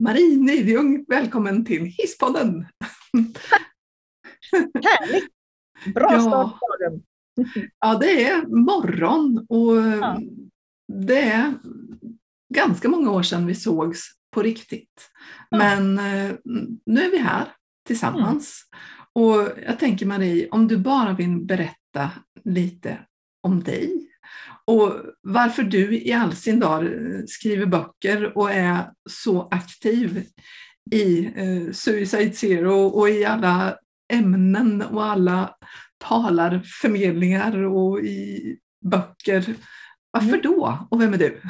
Marie Nidjung, välkommen till Hisspodden. Härligt! Bra start Ja, på dagen. ja, det är morgon och Ja. det är ganska många år sedan vi sågs på riktigt. Ja. Men nu är vi här tillsammans. Och jag tänker Marie, om du bara vill berätta lite om dig och varför du i all sin dag skriver böcker och är så aktiv i Suicide Zero och i alla ämnen och alla talarförmedlingar och i böcker. Varför då? Och vem är du?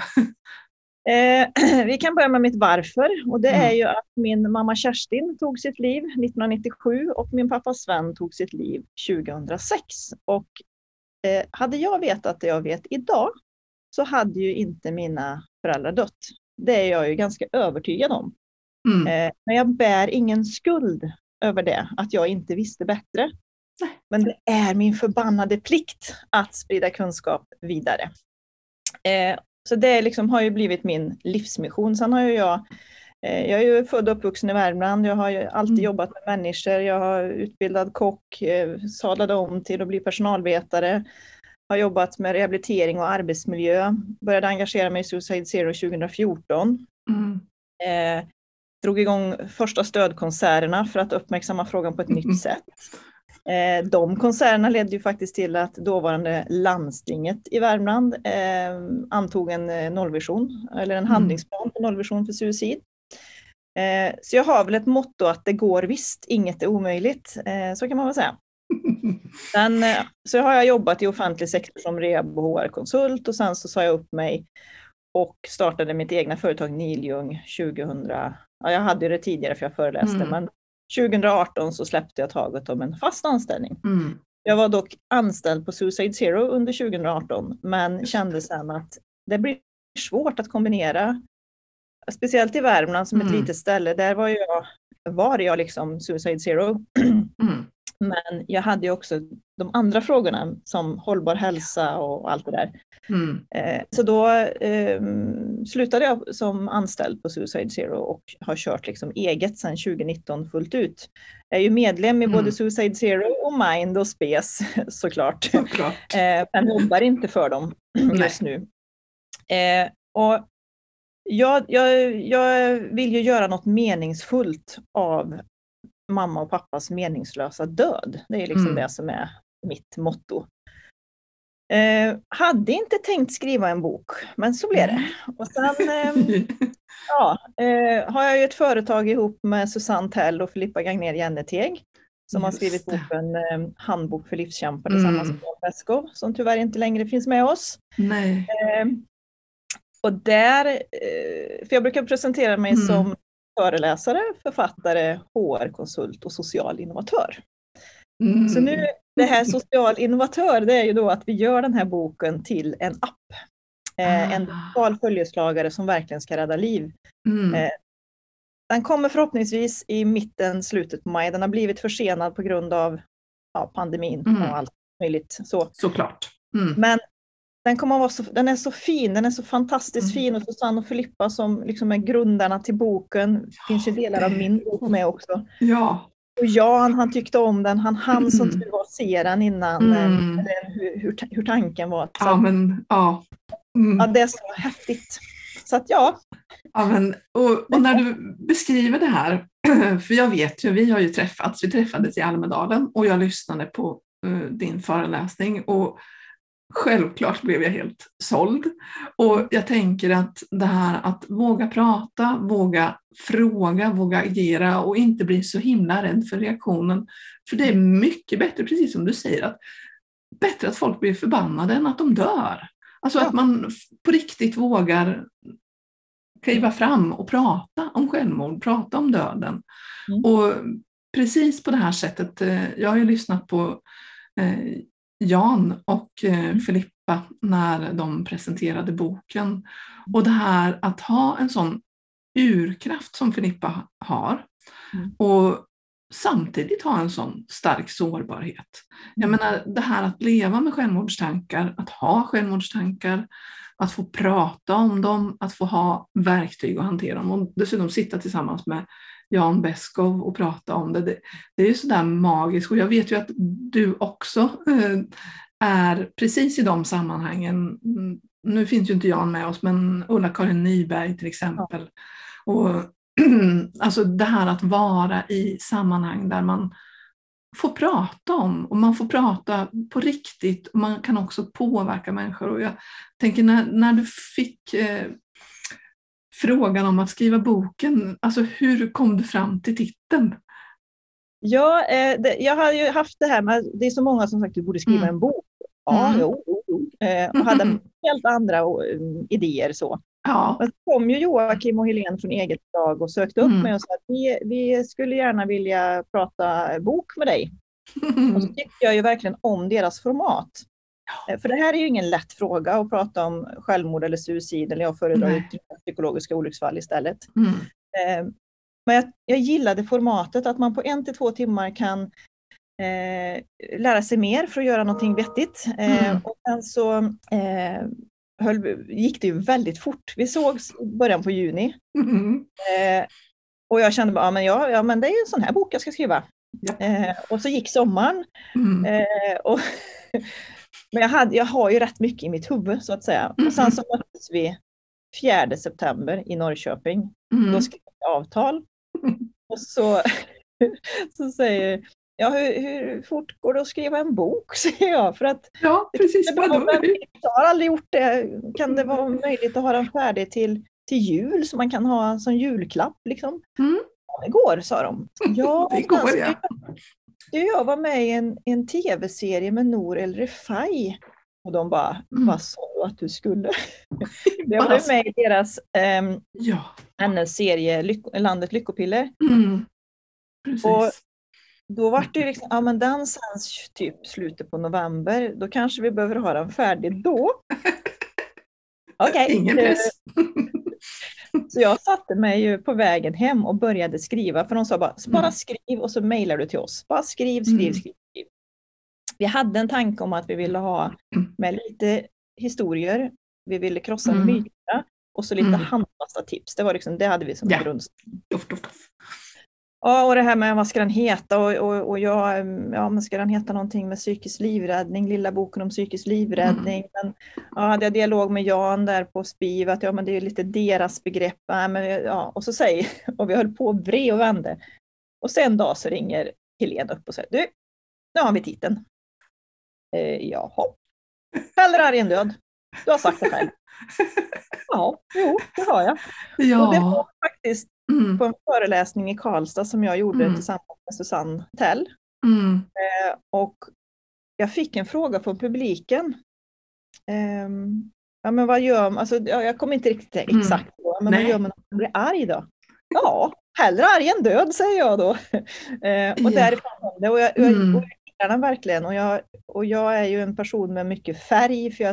Vi kan börja med mitt varför. Och det är Mm. ju att min mamma Kerstin tog sitt liv 1997 och min pappa Sven tog sitt liv 2006. Och hade jag vetat det jag vet idag så hade ju inte mina föräldrar dött. Det är jag ju ganska övertygad om. Mm. Men jag bär ingen skuld över det, att jag inte visste bättre. Nej. Men det är min förbannade plikt att sprida kunskap vidare. Så det liksom har ju blivit min livsmission. Sen har jag är ju född och uppvuxen i Värmland. Jag har ju alltid jobbat med människor. Jag har utbildad kock, sadlade om till att bli personalvetare. Har jobbat med rehabilitering och arbetsmiljö. Började engagera mig i Suicide Zero 2014. Drog igång första stödkonserterna för att uppmärksamma frågan på ett nytt sätt. De konserterna ledde ju faktiskt till att dåvarande landstinget i Värmland antog en nollvision eller en handlingsplan för nollvision för suicid. Så jag har väl ett motto att det går visst, inget är omöjligt, så kan man väl säga. Så har jag jobbat i offentlig sektor som rehab- och HR-konsult och sen så sa jag upp mig och startade mitt egna företag Nidjung 2000. Ja, jag hade ju det tidigare för jag föreläste, men 2018 så släppte jag taget om en fast anställning. Jag var dock anställd på Suicide Zero under 2018, men kände sen att det blir svårt att kombinera. Speciellt i Värmland som ett litet ställe, där var jag liksom Suicide Zero. Men jag hade ju också de andra frågorna som hållbar hälsa och allt det där. Så då slutade jag som anställd på Suicide Zero och har kört liksom eget sedan 2019 fullt ut. Jag är ju medlem i både Suicide Zero och Mind och Spes såklart. Men jobbar inte för dem just nu. Och jag vill ju göra något meningsfullt av mamma och pappas meningslösa död. Det är liksom det som är mitt motto. Hade inte tänkt skriva en bok, men så blev det. Och sen har jag ju ett företag ihop med Susanne Tell och Filippa Gagner Jenneteg som har skrivit boken Handbok för livskämpar tillsammans med Vesco, som tyvärr inte längre finns med oss. Nej. Och för jag brukar presentera mig som föreläsare, författare, HR-konsult och social innovatör. Så nu, det här social innovatör, det är ju då att vi gör den här boken till en app. En digital följeslagare som verkligen ska rädda liv. Den kommer förhoppningsvis i slutet på maj. Den har blivit försenad på grund av pandemin och allt möjligt. Såklart. Men den kommer att vara den är så fin, den är så fantastiskt fin, och Susanne och Filippa som liksom är grundarna till boken, finns ju delar av min bok med också. Ja. Och Jan, han tyckte om den, han som tur var se den innan, eller hur tanken var. Så det är så häftigt. Så att och när du beskriver det här, för jag vet ju, vi har ju träffats, vi träffades i Almedalen och jag lyssnade på din föreläsning och självklart blev jag helt såld. Och jag tänker att det här att våga prata, våga fråga, våga agera och inte bli så himla rädd för reaktionen. För det är mycket bättre, precis som du säger, att bättre att folk blir förbannade än att de dör. Alltså att man på riktigt vågar kliva fram och prata om självmord, prata om döden. Och precis på det här sättet, jag har ju lyssnat på Jan och Filippa när de presenterade boken. Och det här att ha en sån urkraft som Filippa har och samtidigt ha en sån stark sårbarhet. Jag menar, det här att leva med självmordstankar, att ha självmordstankar, att få prata om dem, att få ha verktyg att hantera dem och dessutom sitta tillsammans med Jan Beskow och prata om det. Det är ju sådär magiskt och jag vet ju att du också är precis i de sammanhangen. Nu finns ju inte Jan med oss, men Ulla-Karin Nyberg till exempel. Ja. Och alltså det här att vara i sammanhang där man får prata om och man får prata på riktigt och man kan också påverka människor. Och jag tänker när du fick frågan om att skriva boken, alltså hur kom du fram till titeln? Ja, jag har ju haft det här med, det är så många som sagt du borde skriva en bok. Ja, jo. Och hade helt andra idéer så. Ja. Men så kom ju Joakim och Helene från eget lag och sökte upp mig och sa att vi skulle gärna vilja prata bok med dig. Och så tyckte jag ju verkligen om deras format. För det här är ju ingen lätt fråga att prata om självmord eller suicid, eller jag föredrar psykologiska olycksfall istället. Men jag gillade formatet, att man på 1 till 2 timmar kan lära sig mer för att göra någonting vettigt. Och sen så gick det ju väldigt fort. Vi sågs i början på juni. Och jag kände bara, men det är ju en sån här bok jag ska skriva. Och så gick sommaren. Men jag har ju rätt mycket i mitt huvud så att säga. Och sen så möttes vi 4 september i Norrköping. Då skrev jag avtal. Och så säger jag, hur fort går det att skriva en bok, säger jag. För att precis. Jag har aldrig gjort det. Kan det vara möjligt att ha den färdig till jul så man kan ha som julklapp liksom? Ja, det går, sa de. Ja, det går, ja. Jag var med i en tv-serie med Nour El Refai. Och de bara, vad sa du att du skulle? Jag var med i deras hennes serie Landet Lyckopiller. Precis. Och då var det liksom, men den sänds typ slutet på november. Då kanske vi behöver ha den färdig då. Okej. Ingen press. Så jag satte mig ju på vägen hem och började skriva. För de sa bara skriv och så mejlar du till oss. Bara skriv. Vi hade en tanke om att vi ville ha med lite historier. Vi ville krossa myterna. Och så lite handfasta tips. Det var liksom, det hade vi som grund. Ja, och det här med vad ska den heta? Och men ska den heta någonting med psykisk livräddning? Lilla boken om psykisk livräddning. Men hade jag dialog med Jan där på Spiv att men det är lite deras begrepp. Och så säger, och vi höll på att vred och vände. Och sen dag så ringer Helene upp och säger, du, nu har vi titeln. Jaha. Hellre arg än död. Du har sagt det själv. Ja, jo, det har jag. Ja. Och det var faktiskt på en föreläsning i Karlstad som jag gjorde tillsammans med Susanne Tell. Och jag fick en fråga från publiken. Men vad gör man? Alltså, jag kommer inte riktigt exakt på. Men vad gör man när man blir arg då? Ja, hellre arg än död, säger jag då. Och därifrån kom det. Och jag gillar den verkligen. Och jag är ju en person med mycket färg. För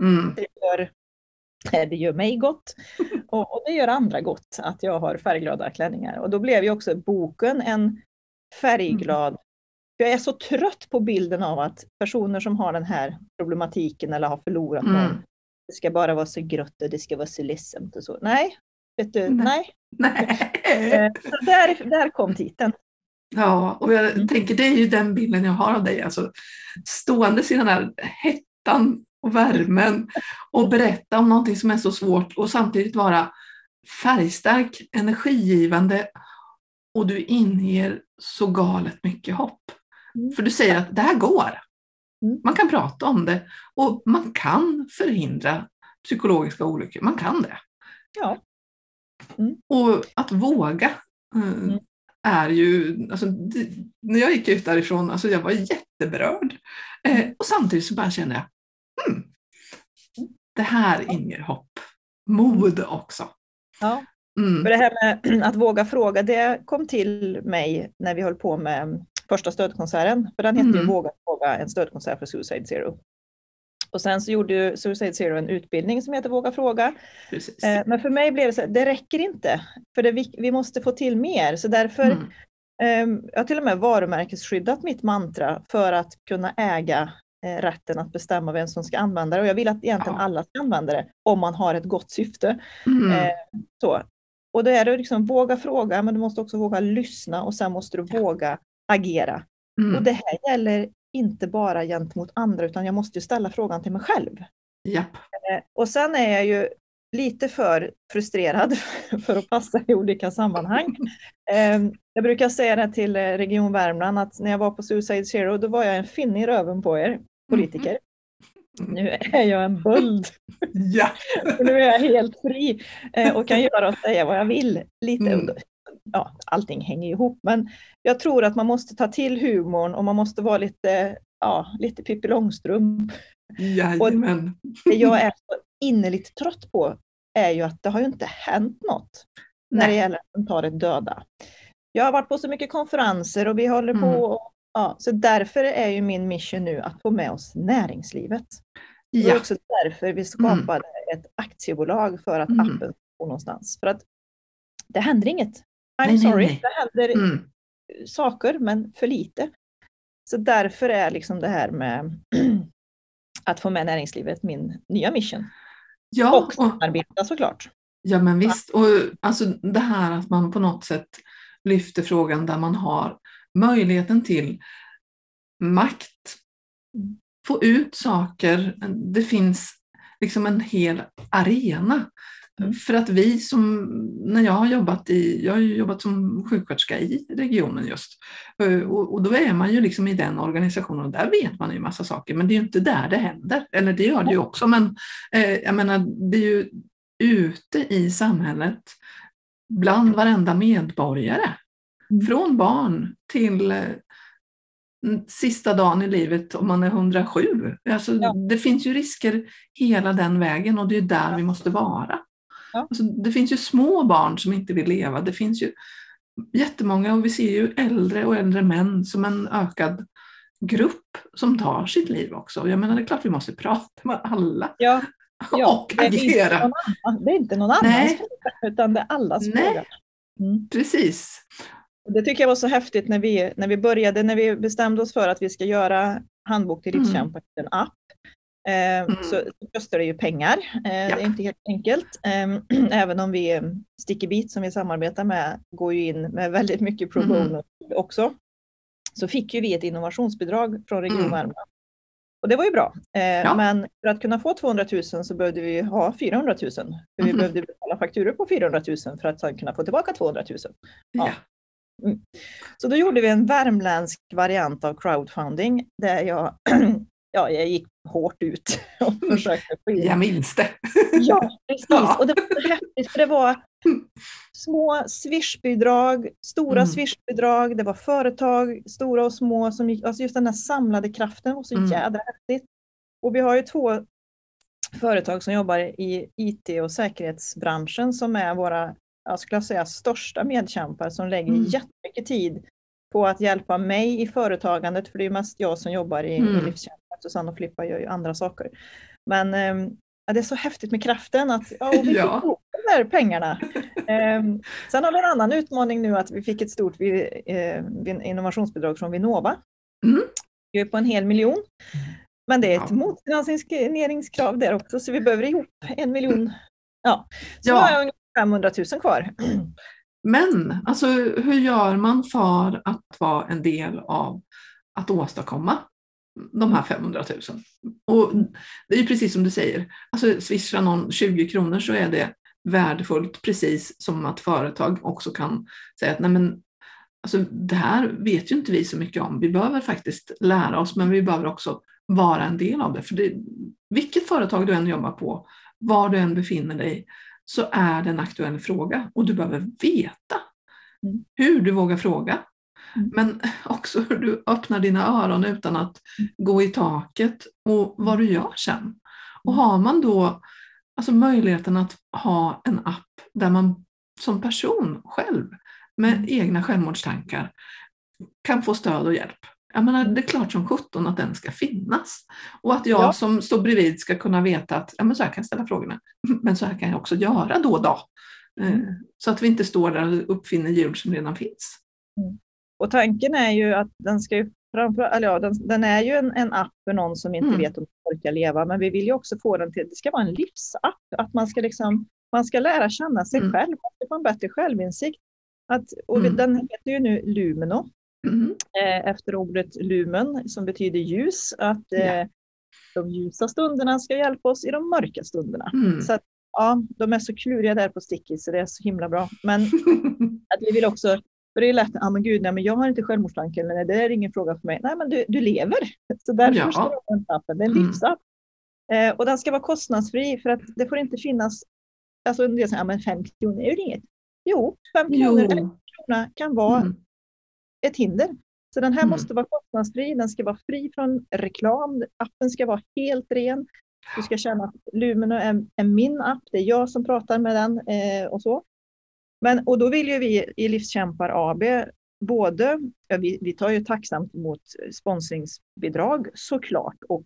det gör mig gott. Och det gör andra gott att jag har färgglada klänningar. Och då blev ju också boken en färgglad. Jag är så trött på bilden av att personer som har den här problematiken eller har förlorat någon, det ska bara vara så grött och det ska vara så ledsamt och så. Nej, vet du, nej. Så där kom titeln. Ja, och jag tänker det är ju den bilden jag har av dig. Alltså, stående i den här hettan och värmen och berätta om någonting som är så svårt och samtidigt vara färgstark, energigivande och du inger så galet mycket hopp. För du säger att det här går. Man kan prata om det och man kan förhindra psykologiska olyckor. Man kan det. Ja. Och att våga är ju, alltså, när jag gick ut därifrån, alltså jag var jätteberörd. Och samtidigt så bara kände jag, det här inger hopp. Mod också. Ja. För det här med att våga fråga, det kom till mig när vi höll på med första stödkonserten. För den hette ju Våga fråga, en stödkonsert för Suicide Zero. Och sen så gjorde ju Suicide Zero en utbildning som heter Våga fråga. Men för mig blev det så här, det räcker inte. För vi måste få till mer. Så därför jag har till och med varumärkesskyddat mitt mantra för att kunna äga rätten att bestämma vem som ska använda det. Och jag vill att egentligen alla ska använda det om man har ett gott syfte. Så. Och då är det liksom våga fråga, men du måste också våga lyssna och sen måste du våga agera. Och det här gäller inte bara gentemot andra, utan jag måste ju ställa frågan till mig själv. Japp. Och sen är jag ju lite för frustrerad för att passa i olika sammanhang. Jag brukar säga det till Region Värmland att när jag var på Suicide Zero, då var jag en finne i röven på er politiker. Nu är jag en böld. Ja. Nu är jag helt fri och kan göra och säga vad jag vill. Lite, allting hänger ihop, men jag tror att man måste ta till humorn och man måste vara lite Pippi Långstrump. Jajamän. Och det jag är så innerligt trött på är ju att det har ju inte hänt något när det gäller antalet döda. Jag har varit på så mycket konferenser och vi håller på. Så därför är ju min mission nu att få med oss näringslivet. Det är också därför vi skapade ett aktiebolag för att appen ska gå någonstans. För att det händer inget. Nej. Det händer saker, men för lite. Så därför är liksom det här med att få med näringslivet min nya mission. Ja, och samarbeta såklart. Ja, men visst. Och alltså det här att man på något sätt lyfter frågan där man har möjligheten till makt, få ut saker. Det finns liksom en hel arena. För att vi när jag har jobbat som sjuksköterska i regionen just. Och då är man ju liksom i den organisationen och där vet man ju massa saker. Men det är ju inte där det händer. Eller det gör det ju också. Men jag menar, det är ju ute i samhället bland varenda medborgare. Från barn till sista dagen i livet om man är 107. Alltså, det finns ju risker hela den vägen och det är där vi måste vara. Alltså, det finns ju små barn som inte vill leva. Det finns ju jättemånga och vi ser ju äldre och äldre män som en ökad grupp som tar sitt liv också. Jag menar, det är klart vi måste prata med alla och agera. Det är inte någon annans fråga, utan det är allas fråga. Precis. Det tycker jag var så häftigt när vi bestämde oss för att vi ska göra handbok till livskämpar till en app. Så kostar det ju pengar. Det är inte helt enkelt. Även om vi Stickybit som vi samarbetar med går ju in med väldigt mycket pro bono också. Så fick ju vi ett innovationsbidrag från Region Värmland. Och det var ju bra. Men för att kunna få 200 000 så behövde vi ha 400 000. För vi behövde betala fakturor på 400 000 för att sedan kunna få tillbaka 200 000. Så då gjorde vi en värmländsk variant av crowdfunding där jag gick hårt ut och försökte få in. Jag minns det. Ja, precis. Och det var så häftigt för det var små swishbidrag, stora swishbidrag, det var företag, stora och små som gick, alltså just den här samlade kraften var så jädra häftigt. Och vi har ju 2 företag som jobbar i IT- och säkerhetsbranschen som är våra, jag skulle säga, största medkämpar som lägger jättemycket tid på att hjälpa mig i företagandet, för det är mest jag som jobbar i livskämpar. Susanne och Filippa gör ju andra saker. Men det är så häftigt med kraften att vi fick ihop de där pengarna. Sen har vi en annan utmaning nu att vi fick ett stort innovationsbidrag från Vinnova. Vi är på 1 miljon. Men det är ett motfinansieringskrav där också, så vi behöver ihop 1 miljon. Så har jag ungefär 500 000 kvar. Men alltså, hur gör man för att vara en del av att åstadkomma de här 500 000? Och det är ju precis som du säger. Alltså, swishar någon 20 kronor så är det värdefullt, precis som att företag också kan säga att nej men, alltså, det här vet ju inte vi så mycket om. Vi behöver faktiskt lära oss, men vi behöver också vara en del av det. För vilket företag du än jobbar på, var du än befinner dig, så är det en aktuell fråga och du behöver veta hur du vågar fråga. Men också hur du öppnar dina öron utan att gå i taket och vad du gör sen. Och har man då alltså möjligheten att ha en app där man som person själv med egna självmordstankar kan få stöd och hjälp. Jag menar, det är klart som 17 att den ska finnas. Och att jag som står bredvid ska kunna veta att men så här kan jag ställa frågorna. Men så här kan jag också göra då och då. Så att vi inte står där och uppfinner hjul som redan finns. Och tanken är ju att den ska ju den är ju en app för någon som inte vet om man orkar leva, men vi vill ju också få den till, det ska vara en livsapp, att man ska lära känna sig själv, man ska få en bättre självinsikt. Den heter ju nu Lumino, efter ordet lumen som betyder ljus, att de ljusa stunderna ska hjälpa oss i de mörka stunderna. Så att, de är så kluriga där på sticky, så det är så himla bra. Men att vi vill också, för det är lätt, men jag har inte självmordstankar, eller det är ingen fråga för mig. Nej, men du lever. Så därför ska du ha en appen. Det är en livsapp. Och den ska vara kostnadsfri, för att det får inte finnas, alltså en del säger, men 5 kronor är ju inget. Jo, 5 kronor eller 1 krona kan vara ett hinder. Så den här måste vara kostnadsfri, den ska vara fri från reklam, appen ska vara helt ren. Du ska känna att Lumino är min app, det är jag som pratar med den och så. Och då vill ju vi i Livskämpar AB vi tar ju tacksamt emot sponsringsbidrag såklart, och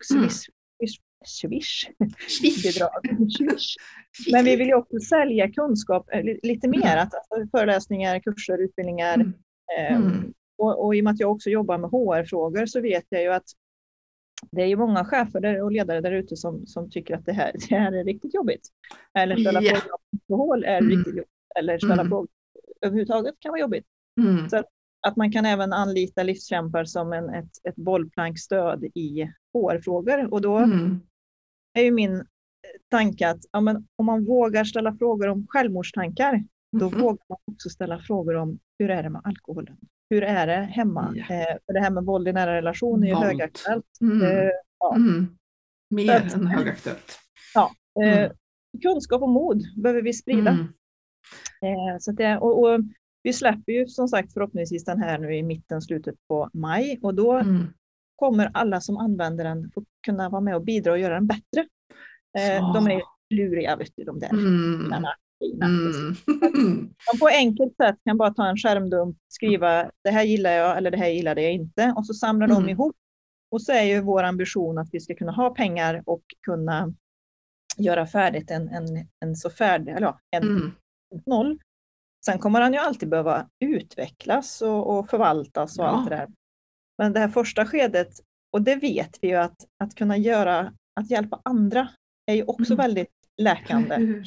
Swish-bidrag. Men vi vill ju också sälja kunskap lite mer, att föreläsningar, kurser, utbildningar. Och i och med att jag också jobbar med HR-frågor så vet jag ju att det är ju många chefer och ledare där ute som tycker att det här är riktigt jobbigt. Eller ställa frågor om hål är riktigt jobbigt. Eller ställa frågor överhuvudtaget kan vara jobbigt. Så att man kan även anlita Livskämpar som ett bollplankstöd i HR-frågor. Och då är ju min tanke att om man vågar ställa frågor om självmordstankar, då vågar man också ställa frågor om hur är det med alkoholen? Hur är det hemma? För det här med våld i nära relationer är ju högaktuellt. Mer än högaktuellt. Kunskap och mod behöver vi sprida. Så och vi släpper ju som sagt förhoppningsvis den här nu i mitten, slutet på maj. Och då kommer alla som använder den få kunna vara med och bidra och göra den bättre. De är luriga, vet du, de där. Man på enkelt sätt kan bara ta en skärmdump, skriva det här gillar jag eller det här gillade jag inte, och så samlar de ihop. Och så är ju vår ambition att vi ska kunna ha pengar och kunna göra färdigt en så färdig, eller en noll. Sen kommer den ju alltid behöva utvecklas och förvaltas och allt det där. Men det här första skedet, och det vet vi ju att kunna göra, att hjälpa andra är ju också väldigt läkande.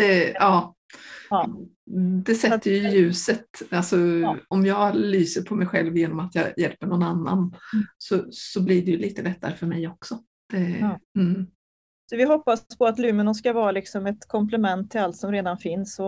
Det sätter ju ljuset. Alltså, om jag lyser på mig själv genom att jag hjälper någon annan så blir det ju lite lättare för mig också. Så vi hoppas på att Lumino ska vara liksom ett komplement till allt som redan finns.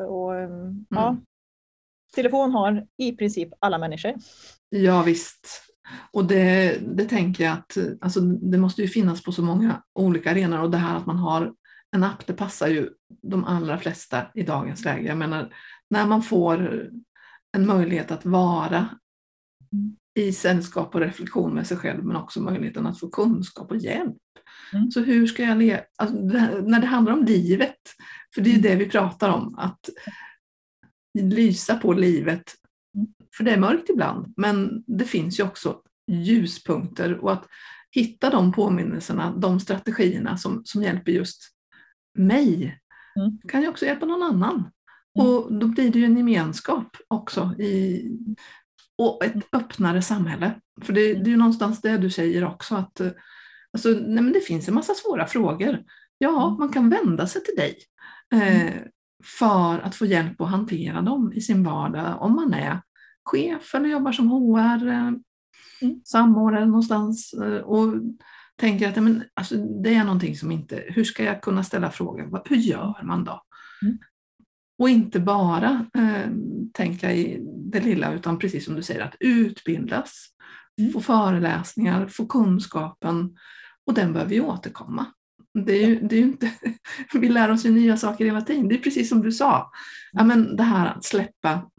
Telefon har i princip alla människor. Ja visst. Och det tänker jag att alltså, det måste ju finnas på så många olika arenor, och det här att man har en app, det passar ju de allra flesta i dagens läge. Jag menar, när man får en möjlighet att vara i sällskap och reflektion med sig själv, men också möjligheten att få kunskap och hjälp. Så hur ska jag leva? Alltså, när det handlar om livet, för det är ju det vi pratar om, att lysa på livet. För det är mörkt ibland, men det finns ju också ljuspunkter, och att hitta de påminnelserna, de strategierna som hjälper just mig kan ju också hjälpa någon annan. Och då blir det ju en gemenskap också och ett öppnare samhälle. För det är ju någonstans det du säger också, att alltså, men det finns en massa svåra frågor. Ja, man kan vända sig till dig för att få hjälp att hantera dem i sin vardag, om man är chef eller jobbar som HR, samordnare någonstans, och tänker att alltså, det är någonting som inte, hur ska jag kunna ställa frågan, hur gör man då? Och inte bara tänka i det lilla, utan precis som du säger, att utbildas, få föreläsningar, få kunskapen, och den behöver ju återkomma. Det är ju inte, vi lär oss ju nya saker hela tiden. Det är precis som du sa, men det här att släppa,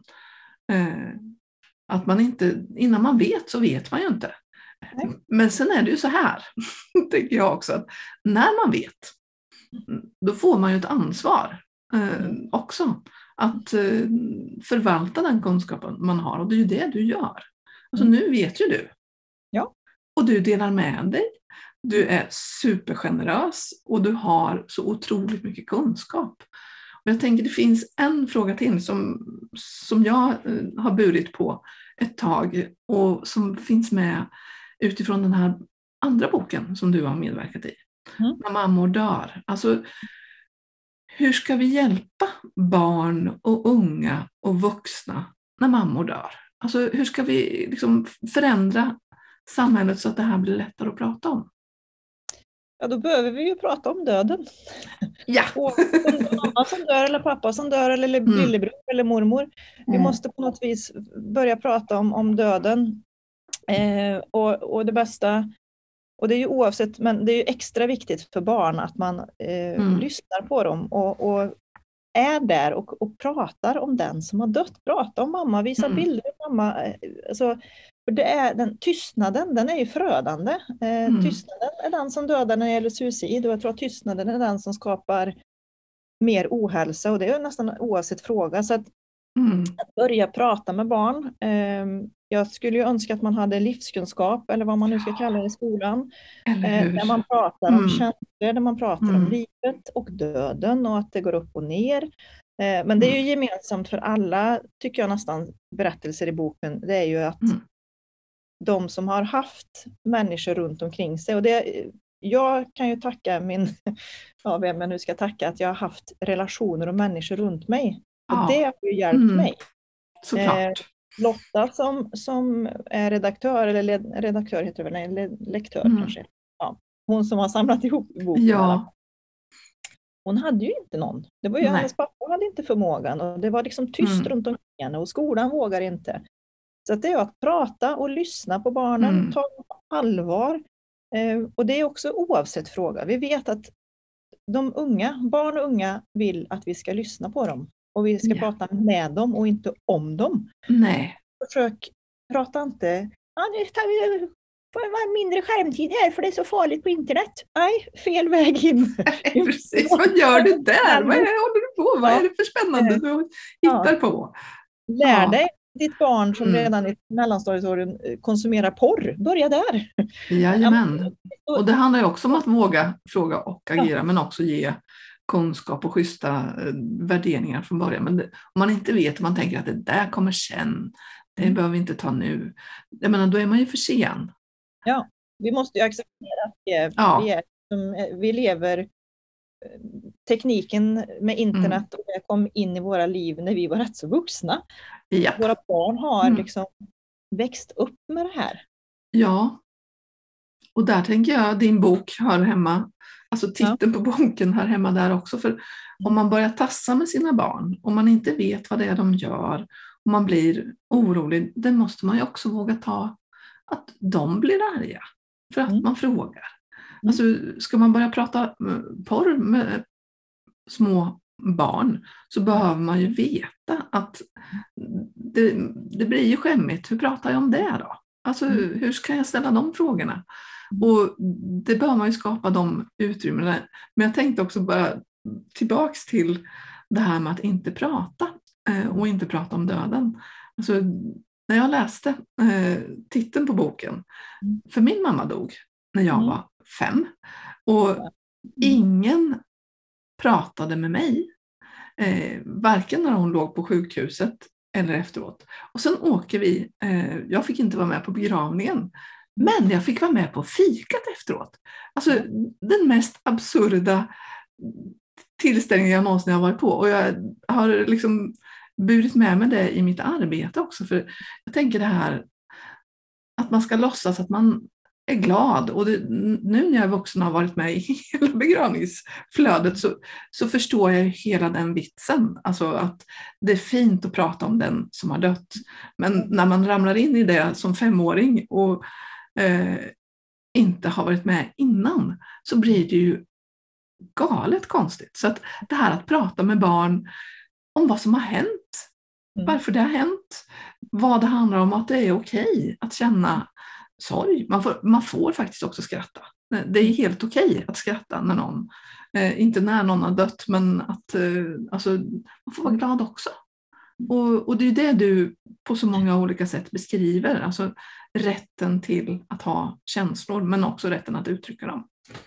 att man inte, innan man vet så vet man ju inte. Men sen är det ju så här, tycker jag också, att när man vet, då får man ju ett ansvar också, att förvalta den kunskapen man har, och det är ju det du gör. Alltså nu vet ju du. Ja. Och du delar med dig. Du är supergenerös och du har så otroligt mycket kunskap. Och jag tänker det finns en fråga till som jag har burit på ett tag och som finns med utifrån den här andra boken som du har medverkat i. När mammor dör. Alltså, hur ska vi hjälpa barn och unga och vuxna när mammor dör? Alltså, hur ska vi liksom förändra samhället så att det här blir lättare att prata om? Ja, då behöver vi ju prata om döden. Ja. Och om det är mamma som dör eller pappa som dör eller lillebror eller mormor. Vi måste på något vis börja prata om döden. Och det bästa, och det är ju oavsett, men det är ju extra viktigt för barn att man lyssnar på dem och är där och pratar om den som har dött. Prata om mamma, visa bilder på mamma. Alltså, för det är, tystnaden, den är ju förödande. Tystnaden är den som dödar när det gäller suicid, och jag tror att tystnaden är den som skapar mer ohälsa, och det är nästan oavsett fråga. Så att börja prata med barn. Jag skulle ju önska att man hade livskunskap, eller vad man nu ska kalla det i skolan. Där man pratar om känslor, där man pratar om livet och döden och att det går upp och ner. Men det är ju gemensamt för alla, tycker jag nästan, berättelser i boken. Det är ju att de som har haft människor runt omkring sig, och jag kan ju tacka vem jag nu ska tacka, att jag har haft relationer och människor runt mig. Och det har ju hjälpt mig. Såklart. Lotta som är redaktör, eller redaktör heter det väl, nej, lektör kanske. Ja. Hon som har samlat ihop boken. Ja. Hon hade ju inte någon. Det var ju hennes pappa hade inte förmågan, och det var liksom tyst runt omkring henne, och skolan vågar inte. Så att det är att prata och lyssna på barnen, ta dem på allvar. Och det är också oavsett fråga. Vi vet att barn och unga vill att vi ska lyssna på dem. Och vi ska prata med dem och inte om dem. Nej. Försök, prata inte, nu tar vi får mindre skärmtid här för det är så farligt på internet. Nej, fel väg in. Precis, vad gör du där? Vad håller du på? Vad är det för spännande du hittar på? Lär dig ditt barn som redan i mellanstadieåren konsumerar porr. Börja där. Jajamän. Och det handlar ju också om att våga fråga och agera, men också ge kunskap och schyssta värderingar från början. Men om man inte vet, man tänker att det där kommer sen, det behöver vi inte ta nu. Jag menar, då är man ju för sen. Ja, vi måste ju acceptera att vi lever, tekniken med internet och det kom in i våra liv när vi var rätt så vuxna. Ja. Våra barn har liksom växt upp med det här. Ja, och där tänker jag din bok hör hemma, alltså titeln på boken hör hemma där också, för om man börjar tassa med sina barn, om man inte vet vad det är de gör, och man blir orolig, det måste man ju också våga ta, att de blir arga för att man frågar. Alltså, ska man börja prata porr med små barn, så behöver man ju veta att det blir ju skämmigt. Hur pratar jag om det då? Alltså, hur ska jag ställa de frågorna? Och det bör man ju skapa de utrymmena. Men jag tänkte också bara tillbaks till det här med att inte prata och inte prata om döden. Alltså, när jag läste titeln på boken, för min mamma dog när jag var 5, och ingen pratade med mig, varken när hon låg på sjukhuset eller efteråt. Och sen åker vi, jag fick inte vara med på begravningen, men jag fick vara med på fikat efteråt. Alltså den mest absurda tillställningen jag någonsin har varit på, och jag har liksom burit med mig det i mitt arbete också, för jag tänker det här att man ska låtsas att man är glad, och nu när jag vuxen har varit med i hela begravningsflödet så förstår jag hela den vitsen, alltså att det är fint att prata om den som har dött, men när man ramlar in i det som 5-åring och inte har varit med innan, så blir det ju galet konstigt. Så att det här att prata med barn om vad som har hänt, varför det har hänt, vad det handlar om, att det är okej att känna sorg. Man får faktiskt också skratta. Det är helt okej att skratta när någon, inte när någon har dött, men att alltså, man får vara glad också. Och det är det du på så många olika sätt beskriver, alltså rätten till att ha känslor, men också rätten att uttrycka dem.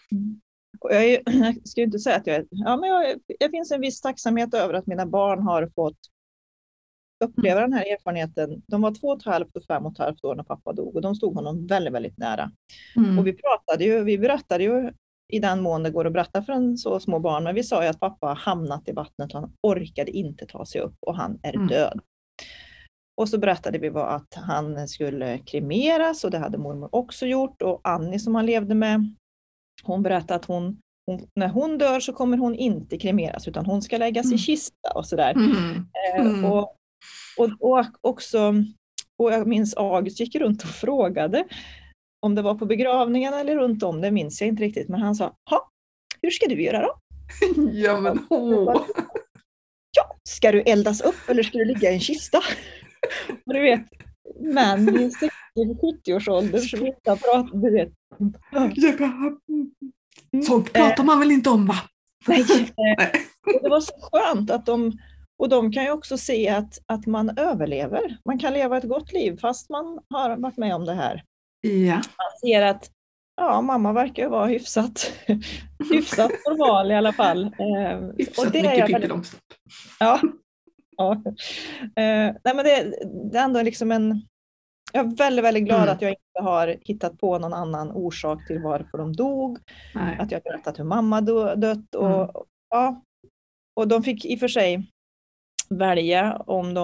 Jag ska ju inte säga att det finns en viss tacksamhet över att mina barn har fått uppleva den här erfarenheten. De var 2,5 och 5,5 år när pappa dog och de stod honom väldigt, väldigt nära. Och vi berättade ju i den mån det går att berätta för en så små barn, men vi sa ju att pappa hamnat i vattnet och han orkade inte ta sig upp och han är död. Och så berättade vi att han skulle kremeras och det hade mormor också gjort, och Annie som han levde med, hon berättade att när hon dör så kommer hon inte kremeras utan hon ska läggas i kista och sådär. Och jag minns August gick runt och frågade om det var på begravningen eller runt om, det minns jag inte riktigt, men han sa, hur ska du göra då? Ja, men Ja, ska du eldas upp eller ska du ligga i en kista? Och du vet, men i 60-70-årsåldern så vet jag prata, du vet. Sånt pratar man väl inte om, va? Nej. Det var så skönt att de kan ju också se att man överlever. Man kan leva ett gott liv fast man har varit med om det här. Ja. Man ser att mamma verkar vara hyfsat normal i alla fall. Hyfsat och det mycket är Pippi Långstrump. Ja. Nej, men det är ändå liksom jag är väldigt, väldigt glad att jag inte har hittat på någon annan orsak till varför de dog. Nej. Att jag har berättat hur mamma dött. Och de fick i och för sig välja om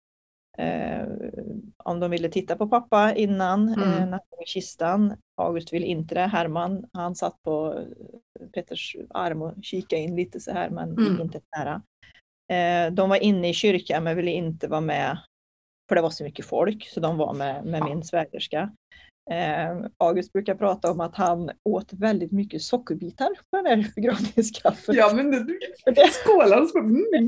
de ville titta på pappa innan när i kistan. August ville inte det. Herman, han satt på Petters arm och kikade in lite så här, men gick inte nära. De var inne i kyrkan men ville inte vara med för det var så mycket folk, så de var med min svägerska. August brukar prata om att han åt väldigt mycket sockerbitar på den här begravningskaffet. Ja, men du skålar så. Men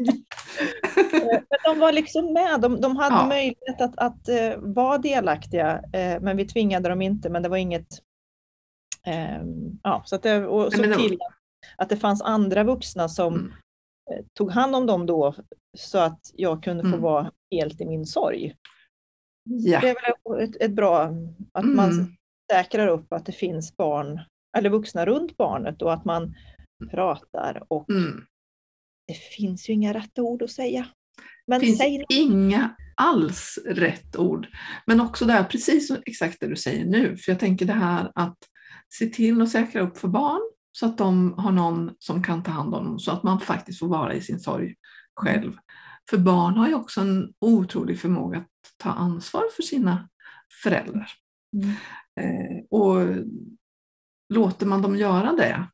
de var liksom med, de hade möjlighet att vara delaktiga, men vi tvingade dem inte, men det var inget så att det, och så till att det fanns andra vuxna som tog hand om dem då så att jag kunde få vara helt i min sorg. Ja. Det är väl ett bra att man säkrar upp att det finns barn eller vuxna runt barnet och att man pratar och det finns ju inga rätta ord att säga. Men det finns inga alls rätt ord. Men också det här, precis exakt det du säger nu. För jag tänker det här att se till att säkra upp för barn så att de har någon som kan ta hand om dem så att man faktiskt får vara i sin sorg själv. För barn har ju också en otrolig förmåga att ta ansvar för sina föräldrar. Och låter man dem göra det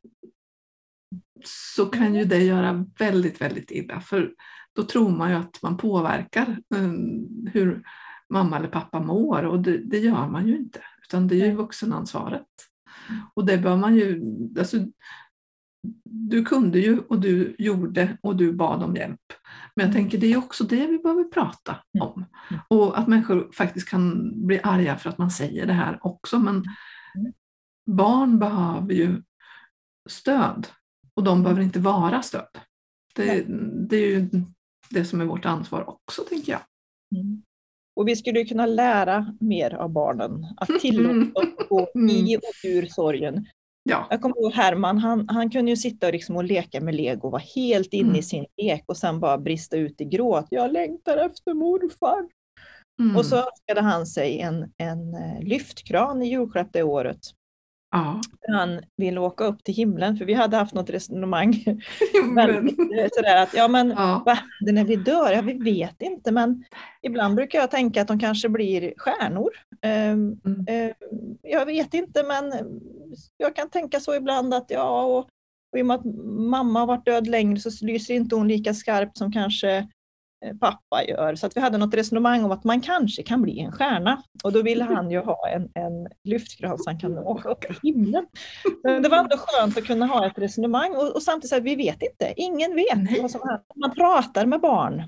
så kan ju det göra väldigt, väldigt illa. För då tror man ju att man påverkar hur mamma eller pappa mår och det gör man ju inte. Utan det är ju vuxenansvaret. Och det bör man ju, alltså, du kunde ju och du gjorde och du bad om hjälp. Men jag tänker det är också det vi behöver prata om. Och att människor faktiskt kan bli arga för att man säger det här också. Men barn behöver ju stöd och de behöver inte vara stöd. Det är ju det som är vårt ansvar också, tänker jag. Och vi skulle kunna lära mer av barnen att tillåta att gå i och ur sorgen. Ja. Jag kommer ihåg Herman, han kunde ju sitta och leka med Lego, vara helt inne i sin lek och sen bara brista ut i gråt. Jag längtar efter morfar. Och så önskade han sig en lyftkran i julklapp det året. Ja. Han ville åka upp till himlen, för vi hade haft något resonemang sådär att vad händer när vi dör? Ja, vi vet inte, men ibland brukar jag tänka att de kanske blir stjärnor. Jag vet inte, men jag kan tänka så ibland att och i och med att mamma har varit död längre så lyser inte hon lika skarpt som kanske pappa gör. Så att vi hade något resonemang om att man kanske kan bli en stjärna. Och då ville han ju ha en lyftkran så han kan åka upp i himlen. Men det var ändå skönt att kunna ha ett resonemang. Och samtidigt så att vi vet inte. Ingen vet vad som händer. Man pratar med barn.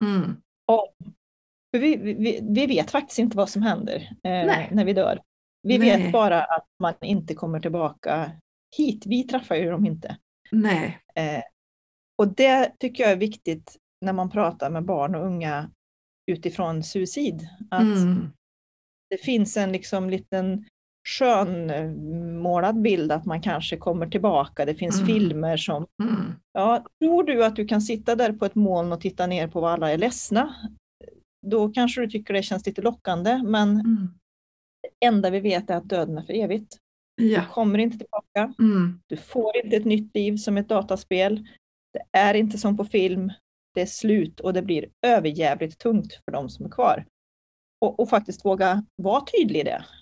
För vi vet faktiskt inte vad som händer när vi dör. Vi vet bara att man inte kommer tillbaka hit. Vi träffar ju dem inte. Nej. Och det tycker jag är viktigt när man pratar med barn och unga utifrån suicid. Att det finns en liksom liten skönmålad bild att man kanske kommer tillbaka. Det finns filmer som... tror du att du kan sitta där på ett moln och titta ner på vad alla är ledsna? då kanske du tycker det känns lite lockande, men det enda vi vet är att döden är för evigt. Ja. Du kommer inte tillbaka. Mm. Du får inte ett nytt liv som ett dataspel. Det är inte som på film. Det är slut och det blir överjävligt tungt för de som är kvar. Och faktiskt våga vara tydlig i det.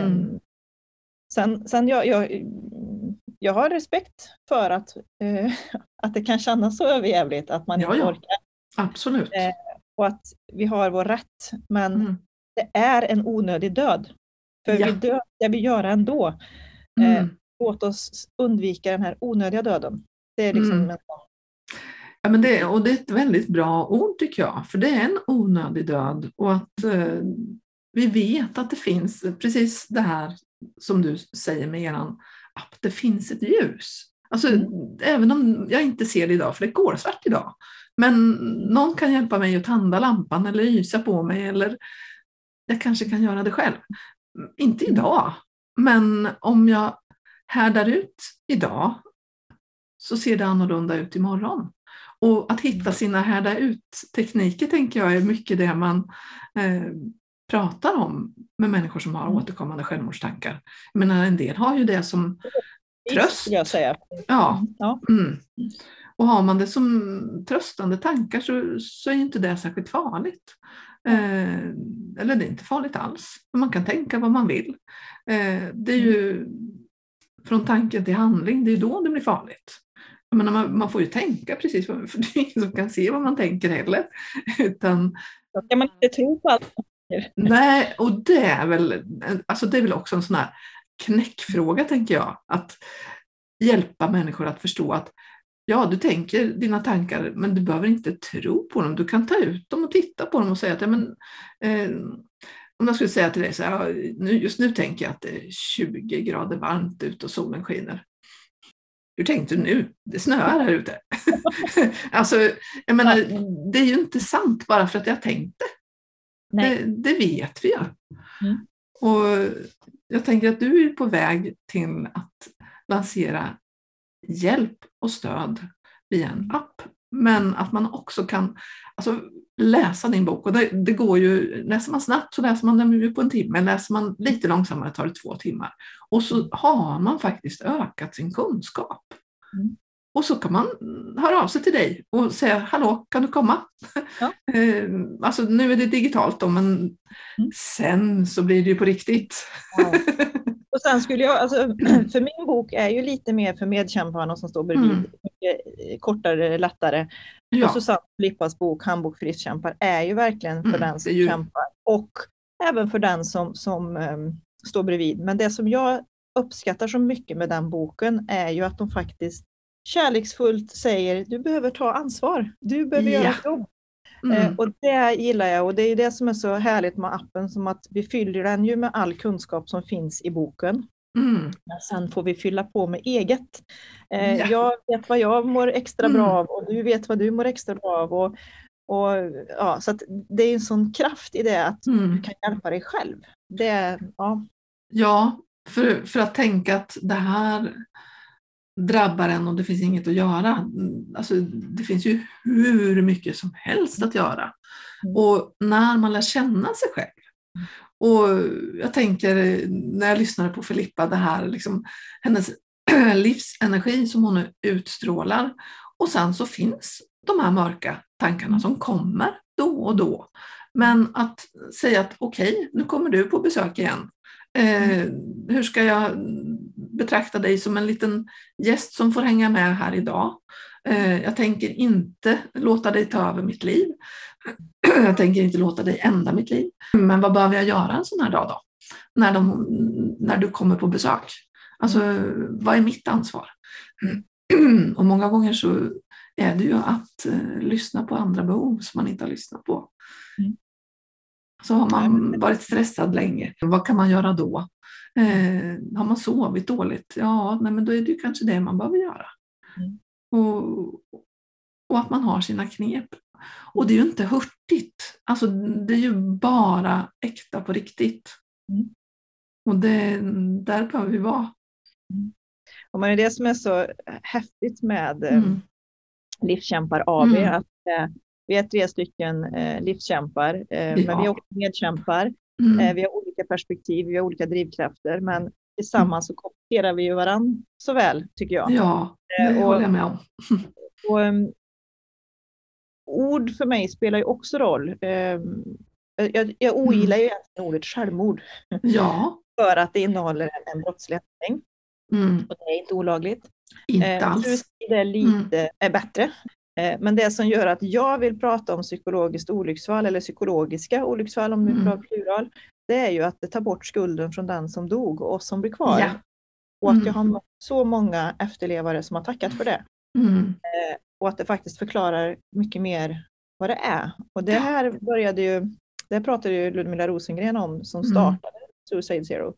Sen jag har respekt för att det kan kännas så överjävligt att man inte orkar. Absolut. Och att vi har vår rätt. Men det är en onödig död. För vi dör, det vi gör ändå. Låt oss undvika den här onödiga döden. Det är liksom Ja, men det är ett väldigt bra ord tycker jag. För det är en onödig död. Och att vi vet att det finns precis det här som du säger med eran app. Det finns ett ljus. Alltså även om jag inte ser det idag, för det går svart idag. Men någon kan hjälpa mig att tända lampan eller lysa på mig. Eller jag kanske kan göra det själv. Inte idag. Men om jag härdar ut idag så ser det annorlunda ut imorgon. Och att hitta sina härda ut-tekniker tänker jag är mycket det man pratar om med människor som har återkommande självmordstankar. Jag menar, en del har ju det som tröst. Jag säger. Ja. Och har man det som tröstande tankar så är inte det särskilt farligt. Eller det är inte farligt alls. Man kan tänka vad man vill. Det är ju från tanken till handling, det är då det blir farligt. Jag menar, man får ju tänka precis, för det är ingen som kan se vad man tänker heller. Utan, då kan man inte tro på allt. Nej, och det är väl också en sån här knäckfråga tänker jag. Att hjälpa människor att förstå att ja, du tänker dina tankar, men du behöver inte tro på dem. Du kan ta ut dem och titta på dem och säga att om jag skulle säga till dig så här, just nu tänker jag att det är 20 grader varmt ute och solen skiner. Hur tänkte du nu? Det snöar här ute. Alltså, jag menar, det är ju inte sant bara för att jag tänkte. Det vet vi ju. Och jag tänker att du är på väg till att lansera hjälp och stöd via en app. Men att man också kan läsa din bok. Och det går ju, läser man snabbt så läser man den på en timme. Läser man lite långsammare tar det 2 timmar. Och så har man faktiskt ökat sin kunskap. Och så kan man höra av sig till dig och säga, hallå, kan du komma? Ja. Alltså nu är det digitalt då, men sen så blir det ju på riktigt. Ja. Och sen skulle jag, för min bok är ju lite mer för medkämparna som står bredvid, mycket kortare, lättare. Ja. Och Susanne Filippas bok, Handbok för livskämpar, är ju verkligen för den som kämpar och även för den som står bredvid. Men det som jag uppskattar så mycket med den boken är ju att de faktiskt kärleksfullt säger, du behöver ta ansvar, du behöver göra ett jobb. Och det gillar jag, och det är det som är så härligt med appen, som att vi fyller den ju med all kunskap som finns i boken. Men sen får vi fylla på med eget. Jag vet vad jag mår extra bra av och du vet vad du mår extra bra av. Och så att det är en sån kraft i det att du kan hjälpa dig själv. Ja, för att tänka att det här drabbar en och det finns inget att göra. Alltså, det finns ju hur mycket som helst att göra. Och när man lär känna sig själv. Och jag tänker, när jag lyssnade på Filippa, det här liksom, hennes livsenergi som hon utstrålar. Och sen så finns de här mörka tankarna som kommer då och då. Men att säga att okej, nu kommer du på besök igen. Hur ska jag betrakta dig som en liten gäst som får hänga med här idag? Jag tänker inte låta dig ta över mitt liv. Jag tänker inte låta dig ända mitt liv. Men vad behöver jag göra en sån här dag då? När du kommer på besök? Alltså, vad är mitt ansvar? Och många gånger så är det ju att lyssna på andra behov som man inte har lyssnat på. Så har man varit stressad länge. Vad kan man göra då? Har man sovit dåligt? Ja, men då är det ju kanske det man behöver göra. Och att man har sina knep. Och det är ju inte hurtigt. Alltså, det är ju bara äkta på riktigt. Och där behöver vi vara. Och det är det som är så häftigt med Livskämpar AB. Att Vi är 3 stycken livskämpar, men vi är också medkämpar. Vi har olika perspektiv, vi har olika drivkrafter, men tillsammans så kompletterar vi ju varandra så väl, tycker jag. Ja, det håller jag med om. Och, ord för mig spelar ju också roll. Jag ogillar ju egentligen ordet självmord. Ja. För att det innehåller en brottslig handling. Och det är inte olagligt. Inte alls. Suicid är lite bättre. Men det som gör att jag vill prata om psykologiskt olycksfall eller psykologiska olycksfall om du pratar plural, det är ju att det tar bort skulden från den som dog och oss som blir kvar. Ja. Och att jag har mött så många efterlevare som har tackat för det. Och att det faktiskt förklarar mycket mer vad det är. Och det här började ju, det pratade ju Ludmilla Rosengren om som startade Suicide Zero.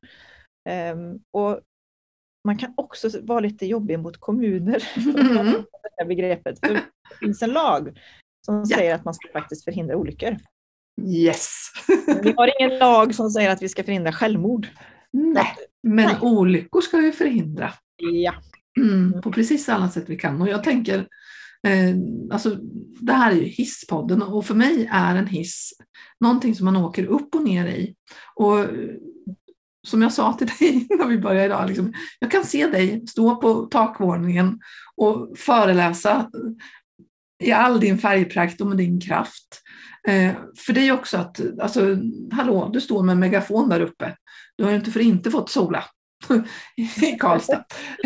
Och man kan också vara lite jobbig mot kommuner. Det här begreppet. För det finns en lag som säger att man ska faktiskt förhindra olyckor. Yes. Vi har ingen lag som säger att vi ska förhindra självmord. Men olyckor ska vi förhindra. Ja. På precis alla sätt vi kan. Och jag tänker, alltså, det här är ju hisspodden, och för mig är en hiss någonting som man åker upp och ner i. Och som jag sa till dig när vi började idag, liksom, jag kan se dig stå på takvåningen och föreläsa i all din färgprakt och med din kraft. För det är ju också att, alltså, hallå, du står med en megafon där uppe. Du har ju inte för inte fått sola i Karlstad.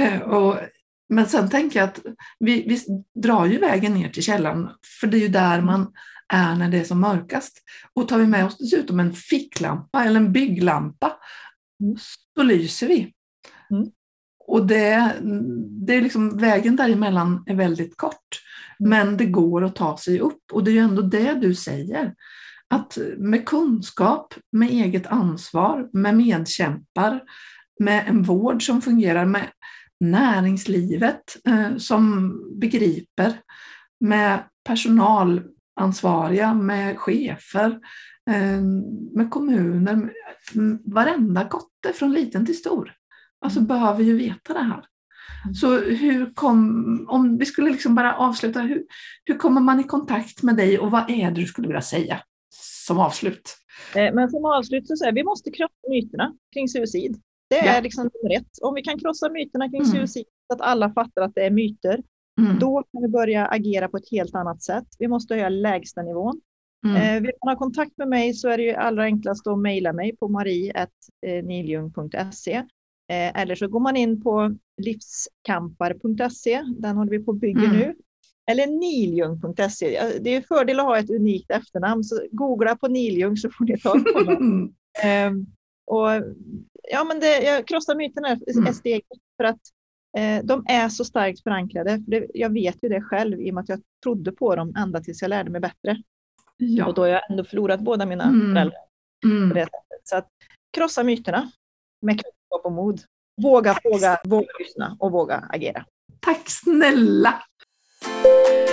Men sen tänker jag att vi drar ju vägen ner till källaren, för det är ju där man är när det är som mörkast. Och tar vi med oss dessutom en ficklampa eller en bygglampa, så lyser vi. Och det är liksom, vägen däremellan är väldigt kort, men det går att ta sig upp. Och det är ju ändå det du säger, att med kunskap, med eget ansvar, med medkämpar, med en vård som fungerar, med näringslivet som begriper, med personalansvariga, med chefer, med kommuner, varenda kotte från liten till stor. Alltså behöver ju veta det här. Så om vi skulle liksom bara avsluta, hur kommer man i kontakt med dig och vad är det du skulle vilja säga som avslut? Men som avslut så säger vi måste krossa myterna kring suicid. Det är liksom rätt. Om vi kan krossa myterna kring suicid så att alla fattar att det är myter, då kan vi börja agera på ett helt annat sätt. Vi måste höja lägsta nivån. Vill man ha kontakt med mig så är det ju allra enklast att mejla mig på marie@niljung.se. Eller så går man in på livskampar.se, den håller vi på att bygga nu. Eller niljung.se. Det är en fördel att ha ett unikt efternamn, så googla på Niljung så får ni ta på det. Och ja, men jag krossar myterna är steget, för att de är så starkt förankrade. Jag vet ju det själv i och med att jag trodde på dem ända tills jag lärde mig bättre. Ja. Och då har jag ändå förlorat båda mina föräldrar på det sättet. Så att krossa myterna med kunskap och mod. Våga lyssna och våga agera. Tack snälla!